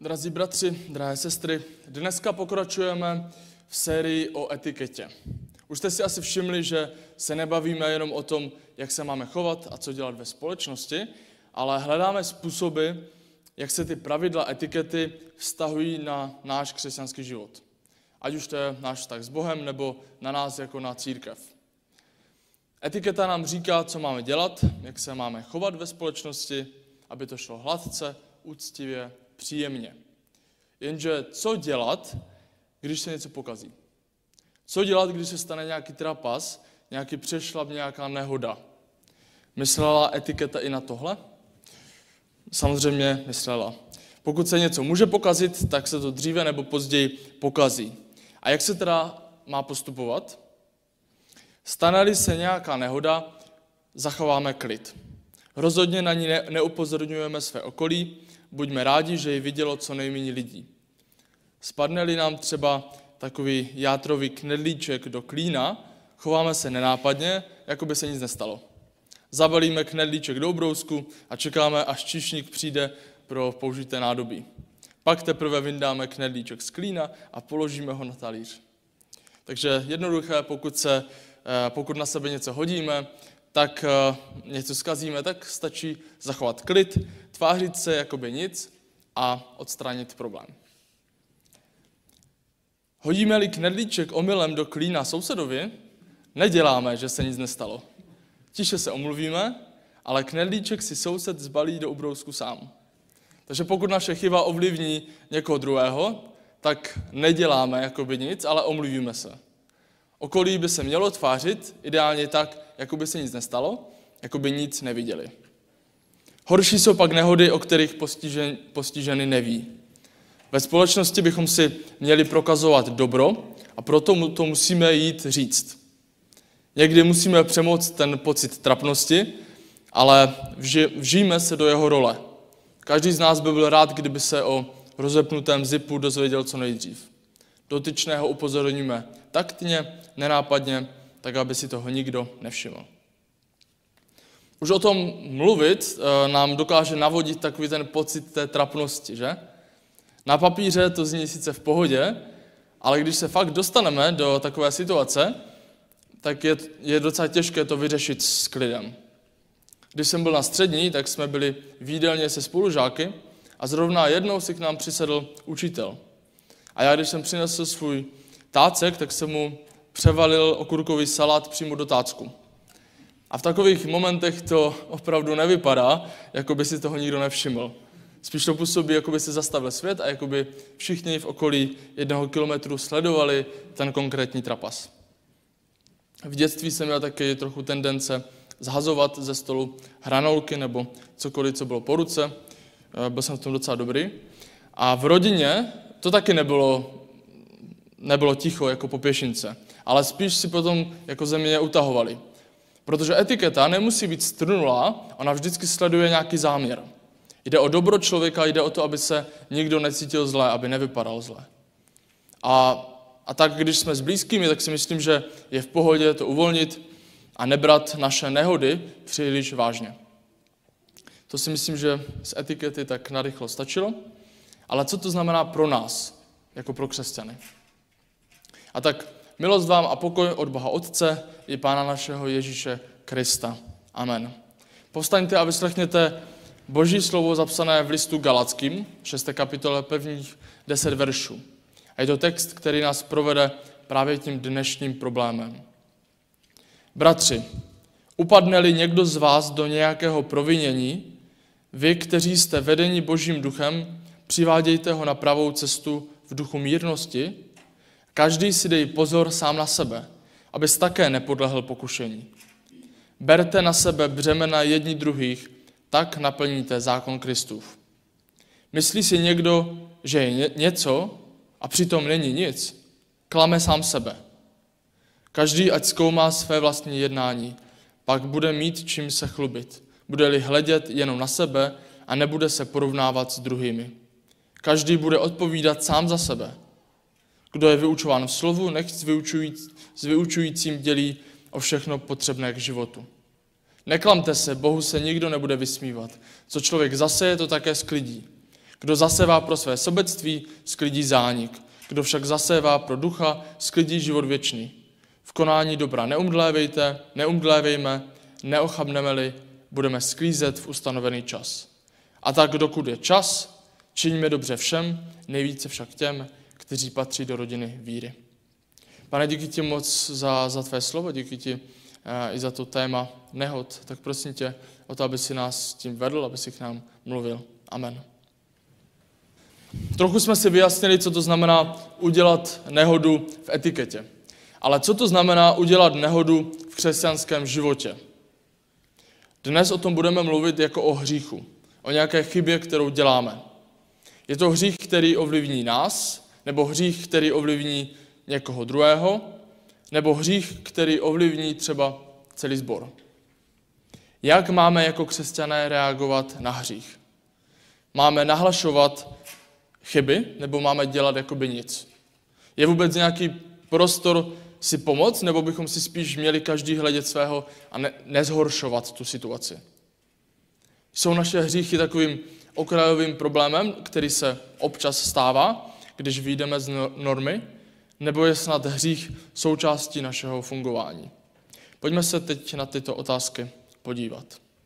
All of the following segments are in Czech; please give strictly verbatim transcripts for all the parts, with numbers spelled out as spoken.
Drazí bratři, drahé sestry, dneska pokračujeme v sérii o etiketě. Už jste si asi všimli, že se nebavíme jenom o tom, jak se máme chovat a co dělat ve společnosti, ale hledáme způsoby, jak se ty pravidla etikety vztahují na náš křesťanský život. Ať už to je náš vztah s Bohem, nebo na nás jako na církev. Etiketa nám říká, co máme dělat, jak se máme chovat ve společnosti, aby to šlo hladce, úctivě, příjemně. Jenže co dělat, když se něco pokazí? Co dělat, když se stane nějaký trapas, nějaký přešlap, nějaká nehoda? Myslela etiketa i na tohle? Samozřejmě myslela. Pokud se něco může pokazit, tak se to dříve nebo později pokazí. A jak se teda má postupovat? Stane-li se nějaká nehoda, zachováme klid. Rozhodně na ní ne- neupozorňujeme své okolí, buďme rádi, že ji vidělo co nejméně lidí. Spadne-li nám třeba takový játrový knedlíček do klína, chováme se nenápadně, jako by se nic nestalo. Zabalíme knedlíček do ubrousku a čekáme, až číšník přijde pro použité nádobí. Pak teprve vyndáme knedlíček z klína a položíme ho na talíř. Takže jednoduché, pokud, se, pokud na sebe něco hodíme, tak něco zkazíme, tak stačí zachovat klid, tvářit se jakoby nic a odstranit problém. Hodíme-li knedlíček omylem do klína sousedovi, neděláme, že se nic nestalo. Tiše se omluvíme, ale knedlíček si soused zbalí do ubrousku sám. Takže pokud naše chyba ovlivní někoho druhého, tak neděláme jakoby nic, ale omluvíme se. Okolí by se mělo tvářit, ideálně tak, jako by se nic nestalo, jako by nic neviděli. Horší jsou pak nehody, o kterých postižen, postižený neví. Ve společnosti bychom si měli prokazovat dobro a proto to musíme jít říct. Někdy musíme přemoct ten pocit trapnosti, ale vži, vžijme se do jeho role. Každý z nás by byl rád, kdyby se o rozepnutém zipu dozvěděl co nejdřív. Dotyčného upozorníme taktně, nenápadně, tak aby si toho nikdo nevšiml. Už o tom mluvit nám dokáže navodit takový ten pocit té trapnosti, že? Na papíře to zní sice v pohodě, ale když se fakt dostaneme do takové situace, tak je, je docela těžké to vyřešit s klidem. Když jsem byl na střední, tak jsme byli v jídelně se spolužáky a zrovna jednou si k nám přisedl učitel. A já, když jsem přinesl svůj tácek, tak jsem mu převalil okurkový salát přímo do tácku. A v takových momentech to opravdu nevypadá, jako by si toho nikdo nevšiml. Spíš to působí, jako by se zastavil svět a jako by všichni v okolí jednoho kilometru sledovali ten konkrétní trapas. V dětství jsem měl taky trochu tendence zhazovat ze stolu hranolky nebo cokoliv, co bylo po ruce. Byl jsem v tom docela dobrý. A v rodině to taky nebylo, nebylo ticho jako po pěšince, ale spíš si potom jako ze mě utahovali. Protože etiketa nemusí být strnulá, ona vždycky sleduje nějaký záměr. Jde o dobro člověka, jde o to, aby se nikdo necítil zle, aby nevypadal zle. A, a tak, když jsme s blízkými, tak si myslím, že je v pohodě to uvolnit a nebrat naše nehody příliš vážně. To si myslím, že z etikety tak narychlo stačilo. Ale co to znamená pro nás, jako pro křesťany? A tak milost vám a pokoj od Boha Otce i Pána našeho Ježíše Krista. Amen. Povstaňte a vyslechněte Boží slovo zapsané v listu Galackým, šesté kapitole, prvních deset veršů. A je to text, který nás provede právě tím dnešním problémem. Bratři, upadne-li někdo z vás do nějakého provinění, vy, kteří jste vedeni Božím duchem, přivádějte ho na pravou cestu v duchu mírnosti. Každý si dej pozor sám na sebe, abys také nepodlehl pokušení. Berte na sebe břemena jedni druhých, tak naplníte zákon Kristův. Myslí si někdo, že je něco a přitom není nic, klame sám sebe. Každý ať zkoumá své vlastní jednání, pak bude mít čím se chlubit. Bude-li hledět jenom na sebe a nebude se porovnávat s druhými. Každý bude odpovídat sám za sebe. Kdo je vyučován v slovu, nechť s, vyučujíc, s vyučujícím dělí o všechno potřebné k životu. Neklamte se, Bohu se nikdo nebude vysmívat. Co člověk zaseje, to také sklidí. Kdo zasévá pro své sobectví, sklidí zánik. Kdo však zasévá pro ducha, sklidí život věčný. V konání dobra neumdlévejte, neumdlévejme, neochabneme-li, budeme sklízet v ustanovený čas. A tak dokud je čas, čiňme dobře všem, nejvíce však těm, kteří patří do rodiny víry. Pane, díky ti moc za, za tvé slovo, díky ti uh, i za to téma nehod, tak prosím tě o to, aby si nás tím vedl, aby si k nám mluvil. Amen. Trochu jsme si vyjasnili, co to znamená udělat nehodu v etiketě. Ale co to znamená udělat nehodu v křesťanském životě? Dnes o tom budeme mluvit jako o hříchu, o nějaké chybě, kterou děláme. Je to hřích, který ovlivní nás, nebo hřích, který ovlivní někoho druhého, nebo hřích, který ovlivní třeba celý sbor. Jak máme jako křesťané reagovat na hřích? Máme nahlašovat chyby, nebo máme dělat jakoby nic? Je vůbec nějaký prostor si pomoct, nebo bychom si spíš měli každý hledět svého a ne- nezhoršovat tu situaci? Jsou naše hříchy takovým okrajovým problémem, který se občas stává, když vyjdeme z normy, nebo je snad hřích součástí našeho fungování? Pojďme se teď na tyto otázky podívat.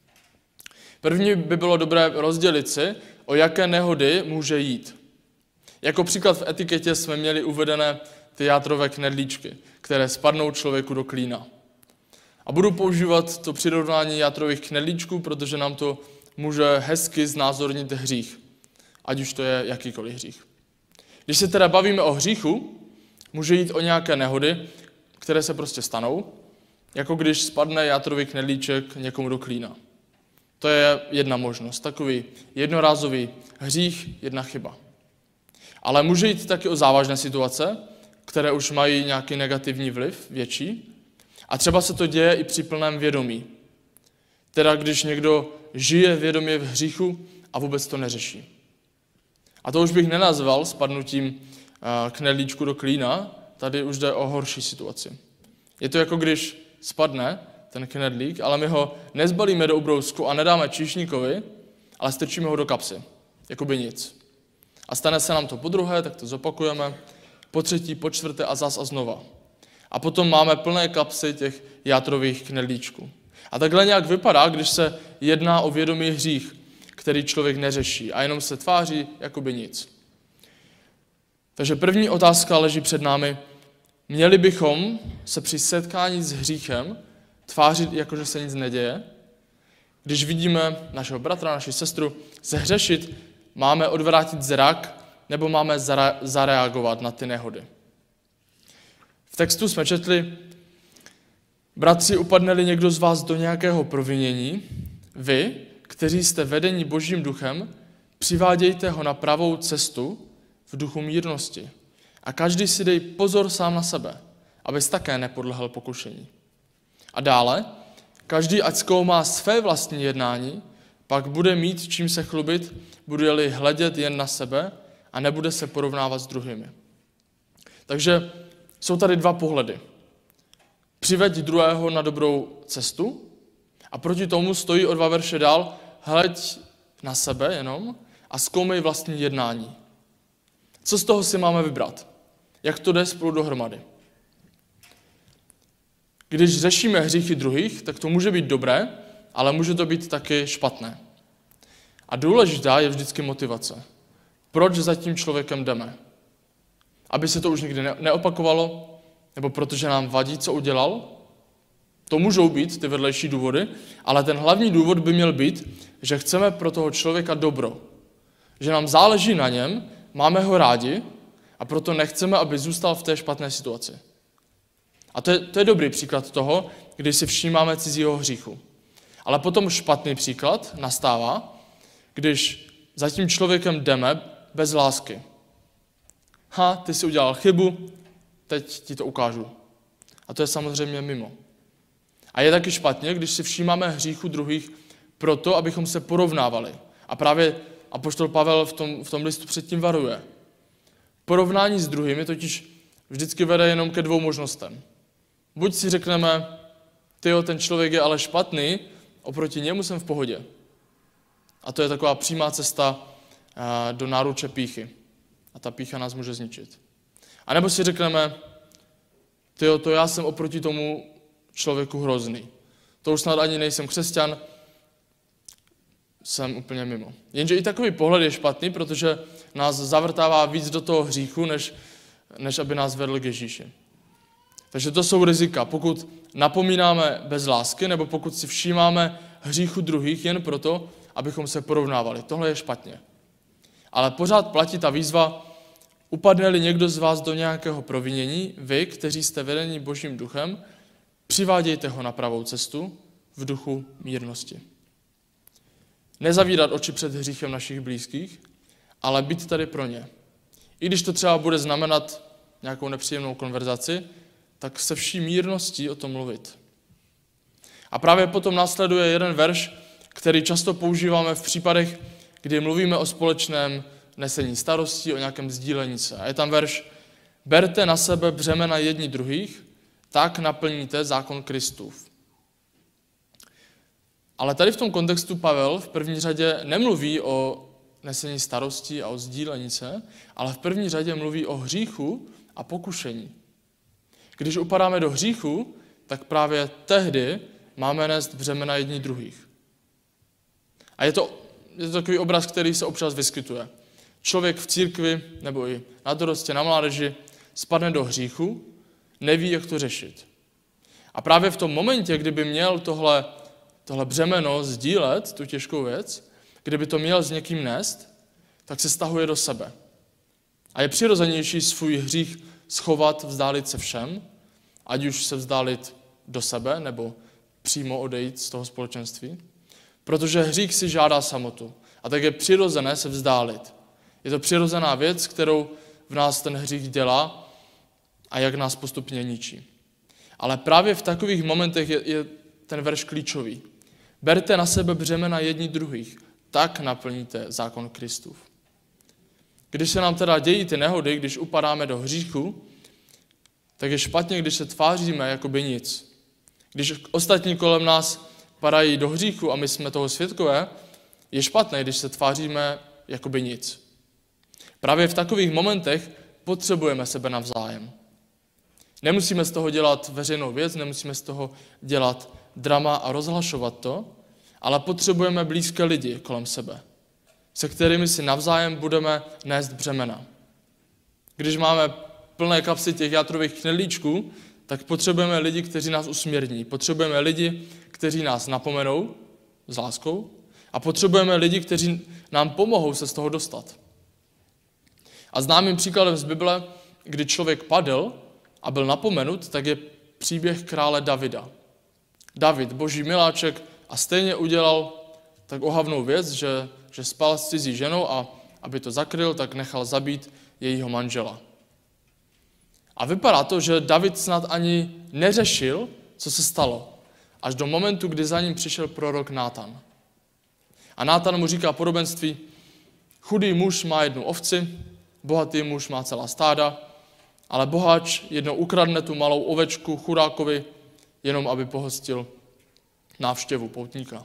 První by bylo dobré rozdělit si, o jaké nehody může jít. Jako příklad v etiketě jsme měli uvedené ty játrové knedlíčky, které spadnou člověku do klína. A budu používat to přirovnání játrových knedlíčků, protože nám to může hezky znázornit hřích, ať už to je jakýkoliv hřích. Když se teda bavíme o hříchu, může jít o nějaké nehody, které se prostě stanou, jako když spadne játrový knedlíček někomu do klína. To je jedna možnost, takový jednorázový hřích, jedna chyba. Ale může jít taky o závažné situace, které už mají nějaký negativní vliv, větší. A třeba se to děje i při plném vědomí. Teda když někdo žije vědomě v hříchu a vůbec to neřeší. A to už bych nenazval spadnutím knedlíčku do klína, tady už jde o horší situaci. Je to jako když spadne ten knedlík, ale my ho nezbalíme do ubrousku a nedáme číšníkovi, ale strčíme ho do kapsy. Jakoby nic. A stane se nám to po druhé, tak to zopakujeme, po třetí, po čtvrté a zas a znova. A potom máme plné kapsy těch játrových knedlíčků. A takhle nějak vypadá, když se jedná o vědomý hřích, který člověk neřeší a jenom se tváří jakoby nic. Takže první otázka leží před námi. Měli bychom se při setkání s hříchem tvářit, jako že se nic neděje? Když vidíme našeho bratra, naši sestru zhřešit, máme odvrátit zrak nebo máme zareagovat na ty nehody? V textu jsme četli, bratři, upadne-li někdo z vás do nějakého provinění, vy, kteří jste vedeni Božím duchem, přivádějte ho na pravou cestu v duchu mírnosti. A každý si dej pozor sám na sebe, abys také nepodlehl pokušení. A dále, každý ať zkoumá své vlastní jednání, pak bude mít čím se chlubit, bude-li hledět jen na sebe a nebude se porovnávat s druhými. Takže jsou tady dva pohledy. Přiveď druhého na dobrou cestu a proti tomu stojí o dva verše dál, hleď na sebe jenom a zkoumej vlastní jednání. Co z toho si máme vybrat? Jak to jde spolu dohromady? Když řešíme hříchy druhých, tak to může být dobré, ale může to být taky špatné. A důležitá je vždycky motivace. Proč za tím člověkem jdeme? Aby se to už nikdy neopakovalo, nebo protože nám vadí, co udělal? To můžou být ty vedlejší důvody, ale ten hlavní důvod by měl být, že chceme pro toho člověka dobro. Že nám záleží na něm, máme ho rádi a proto nechceme, aby zůstal v té špatné situaci. A to je, to je dobrý příklad toho, když si všímáme cizího hříchu. Ale potom špatný příklad nastává, když za tím člověkem jdeme bez lásky. Ha, ty jsi udělal chybu, teď ti to ukážu. A to je samozřejmě mimo. A je taky špatně, když si všímáme hříchu druhých proto, abychom se porovnávali. A právě apoštol Pavel v tom, v tom listu předtím varuje. Porovnání s druhými totiž vždycky vede jenom ke dvou možnostem. Buď si řekneme, tyjo, ten člověk je ale špatný, oproti němu jsem v pohodě. A to je taková přímá cesta do náruče pýchy. A ta pýcha nás může zničit. A nebo si řekneme, tyjo, to já jsem oproti tomu člověku hrozný. To už snad ani nejsem křesťan, jsem úplně mimo. Jenže i takový pohled je špatný, protože nás zavrtává víc do toho hříchu, než, než aby nás vedl k Ježíši. Takže to jsou rizika. Pokud napomínáme bez lásky, nebo pokud si všímáme hříchu druhých jen proto, abychom se porovnávali. Tohle je špatně. Ale pořád platí ta výzva, upadne-li někdo z vás do nějakého provinění, vy, kteří jste vedeni Božím duchem, přivádějte ho na pravou cestu v duchu mírnosti. Nezavírat oči před hříchem našich blízkých, ale být tady pro ně. I když to třeba bude znamenat nějakou nepříjemnou konverzaci, tak se vší mírností o tom mluvit. A právě potom následuje jeden verš, který často používáme v případech, kdy mluvíme o společném nesení starostí, o nějakém sdílení se. A je tam verš: berte na sebe břemena jedni druhých, tak naplníte zákon Kristův. Ale tady v tom kontextu Pavel v první řadě nemluví o nesení starostí a o sdílení se, ale v první řadě mluví o hříchu a pokušení. Když upadáme do hříchu, tak právě tehdy máme nést břemena jedni druhých. A je to, je to takový obraz, který se občas vyskytuje. Člověk v církvi nebo i na dorostě, na mládeži spadne do hříchu, neví, jak to řešit. A právě v tom momentě, kdyby měl tohle, tohle břemeno sdílet, tu těžkou věc, kdyby to měl s někým nést, tak se stahuje do sebe. A je přirozenější svůj hřích schovat, vzdálit se všem, ať už se vzdálit do sebe, nebo přímo odejít z toho společenství. Protože hřích si žádá samotu. A tak je přirozené se vzdálit. Je to přirozená věc, kterou v nás ten hřích dělá a jak nás postupně ničí. Ale právě v takových momentech je, je ten verš klíčový. Berte na sebe břemena jedni druhých, tak naplníte zákon Kristův. Když se nám teda dějí ty nehody, když upadáme do hříchu, tak je špatně, když se tváříme jako by nic. Když ostatní kolem nás padají do hříchu a my jsme toho svědkové, je špatné, když se tváříme jako by nic. Právě v takových momentech potřebujeme sebe navzájem. Nemusíme z toho dělat veřejnou věc, nemusíme z toho dělat drama a rozhlašovat to, ale potřebujeme blízké lidi kolem sebe, se kterými si navzájem budeme nést břemena. Když máme plné kapsy těch játrových knedlíčků, tak potřebujeme lidi, kteří nás usměrní. Potřebujeme lidi, kteří nás napomenou s láskou a potřebujeme lidi, kteří nám pomohou se z toho dostat. A známým příkladem z Bible, kdy člověk padl a byl napomenut, tak je příběh krále Davida. David, boží miláček, a stejně udělal tak ohavnou věc, že, že spal s cizí ženou a aby to zakryl, tak nechal zabít jejího manžela. A vypadá to, že David snad ani neřešil, co se stalo, až do momentu, kdy za ním přišel prorok Nátan. A Nátan mu říká podobenství: chudý muž má jednu ovci, bohatý muž má celá stáda, ale boháč jednou ukradne tu malou ovečku chudákovi, jenom aby pohostil návštěvu poutníka.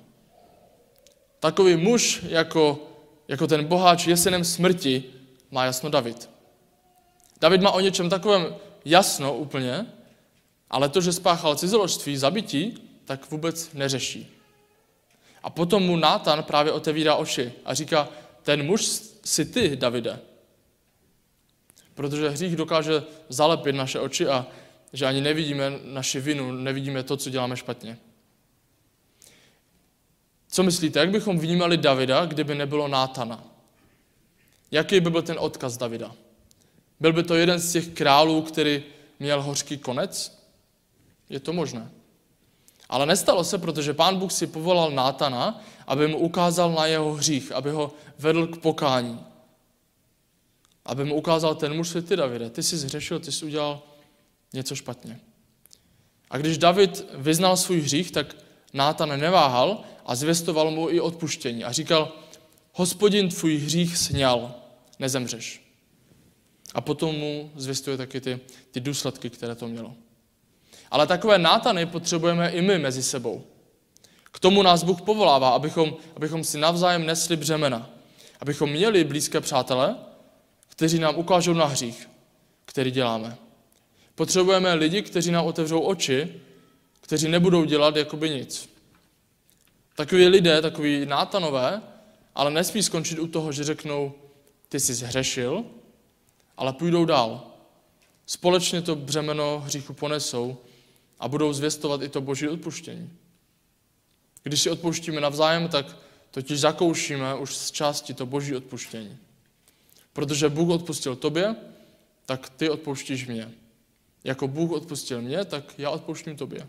Takový muž jako, jako ten boháč je synem smrti, má jasno David. David má o něčem takovém jasno úplně, ale to, že spáchal cizoložství, zabití, tak vůbec neřeší. A potom mu Nátan právě otevírá oči a říká: ten muž jsi ty, Davide. Protože hřích dokáže zalepit naše oči a že ani nevidíme naši vinu, nevidíme to, co děláme špatně. Co myslíte, jak bychom vnímali Davida, kdyby nebylo Nátana? Jaký by byl ten odkaz Davida? Byl by to jeden z těch králů, který měl hořký konec? Je to možné. Ale nestalo se, protože Pán Bůh si povolal Nátana, aby mu ukázal na jeho hřích, aby ho vedl k pokání. Aby mu ukázal: ten muž jsi ty, Davide, ty jsi zhřešil, ty jsi udělal něco špatně. A když David vyznal svůj hřích, tak Nátan neváhal a zvěstoval mu i odpuštění. A říkal: Hospodin tvůj hřích sňal, nezemřeš. A potom mu zvěstuje taky ty, ty důsledky, které to mělo. Ale takové Nátany potřebujeme i my mezi sebou. K tomu nás Bůh povolává, abychom, abychom si navzájem nesli břemena. Abychom měli blízké přátele, kteří nám ukážou na hřích, který děláme. Potřebujeme lidi, kteří nám otevřou oči, kteří nebudou dělat jakoby nic. Takoví lidé, takoví Nátanové, ale nesmí skončit u toho, že řeknou, ty jsi zhřešil, ale půjdou dál. Společně to břemeno hříchu ponesou a budou zvěstovat i to boží odpuštění. Když si odpouštíme navzájem, tak totiž zakoušíme už z části to boží odpuštění. Protože Bůh odpustil tobě, tak ty odpouštíš mě. Jako Bůh odpustil mě, tak já odpouštím tobě.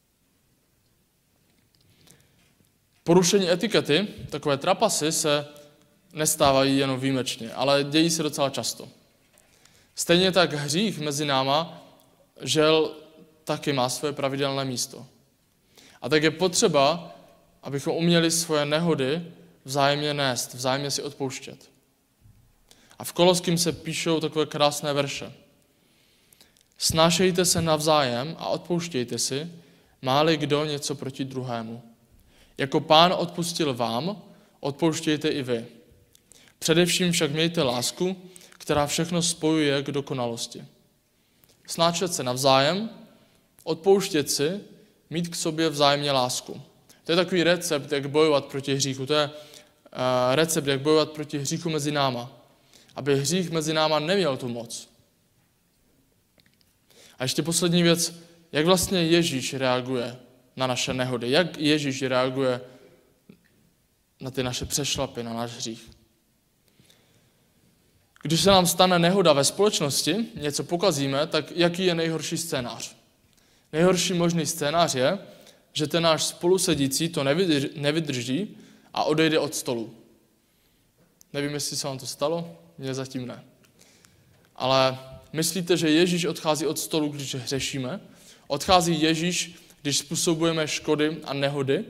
Porušení etikety, takové trapasy, se nestávají jenom výjimečně, ale dějí se docela často. Stejně tak hřích mezi náma, žel, taky má své pravidelné místo. A tak je potřeba, abychom uměli svoje nehody vzájemně nést, vzájemně si odpouštět. A v Koloským se píšou takové krásné verše. Snášejte se navzájem a odpouštějte si, má-li kdo něco proti druhému. Jako Pán odpustil vám, odpouštějte i vy. Především však mějte lásku, která všechno spojuje k dokonalosti. Snášet se navzájem, odpouštět si, mít k sobě vzájemně lásku. To je takový recept, jak bojovat proti hříchu. To je uh, recept, jak bojovat proti hříchu mezi náma. Aby hřích mezi náma neměl tu moc. A ještě poslední věc, jak vlastně Ježíš reaguje na naše nehody. Jak Ježíš reaguje na ty naše přešlapy, na náš hřích. Když se nám stane nehoda ve společnosti, něco pokazíme, tak jaký je nejhorší scénář? Nejhorší možný scénář je, že ten náš spolusedící to nevydrží a odejde od stolu. Nevím, jestli se vám to stalo, mně zatím ne. Ale myslíte, že Ježíš odchází od stolu, když hřešíme? Odchází Ježíš, když způsobujeme škody a nehody?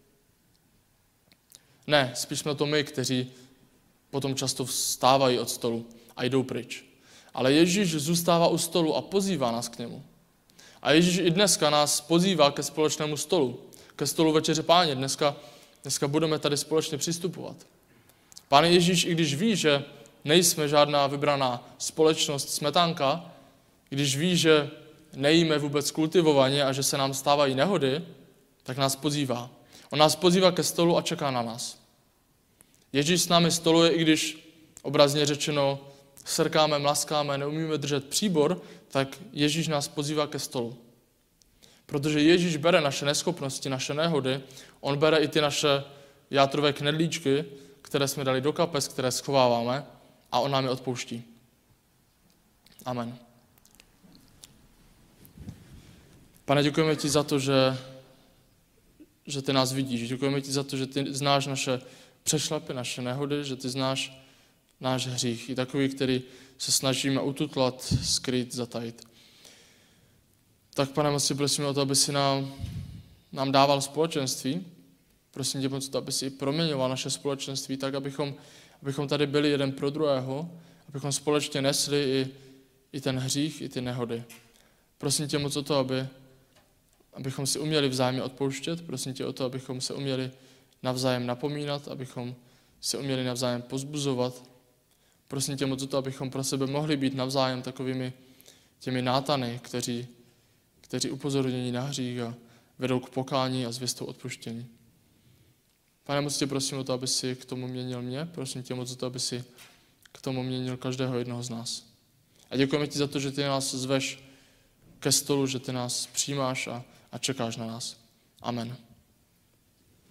Ne, spíš jsme to my, kteří potom často vstávají od stolu a jdou pryč. Ale Ježíš zůstává u stolu a pozývá nás k němu. A Ježíš i dneska nás pozývá ke společnému stolu, ke stolu večeře Páně. Dneska, dneska budeme tady společně přistupovat. Pán Ježíš, i když ví, že nejsme žádná vybraná společnost smetánka, když ví, že nejíme vůbec kultivovaně a že se nám stávají nehody, tak nás pozývá. On nás pozývá ke stolu a čeká na nás. Ježíš s námi stoluje, i když obrazně řečeno srkáme, mlaskáme, neumíme držet příbor, tak Ježíš nás pozývá ke stolu. Protože Ježíš bere naše neschopnosti, naše nehody, on bere i ty naše játrové knedlíčky, které jsme dali do kapes, které schováváme, a on nám je odpouští. Amen. Pane, děkujeme ti za to, že, že ty nás vidíš. Děkujeme ti za to, že ty znáš naše přešlapy, naše nehody, že ty znáš náš hřích. I takový, který se snažíme ututlat, skrýt, zatajit. Tak, Pane, moc tě prosíme o to, aby si nám, nám dával společenství. Prosím tě moc to, aby si proměňoval naše společenství tak, abychom, abychom tady byli jeden pro druhého, abychom společně nesli i, i ten hřích, i ty nehody. Prosím tě moc o to, aby, abychom si uměli vzájemně odpouštět. Prosím tě o to, abychom se uměli navzájem napomínat, abychom se uměli navzájem pozbuzovat. Prosím tě moc o to, abychom pro sebe mohli být navzájem takovými těmi Nátany, kteří, kteří upozornění na hřích a vedou k pokání a zvěstou odpuštění. Pane, moc tě prosím o to, aby si k tomu měnil mě. Prosím tě moc o to, aby si k tomu měnil každého jednoho z nás. A děkujeme ti za to, že ty nás zveš ke stolu, že ty nás přijímáš a, a čekáš na nás. Amen.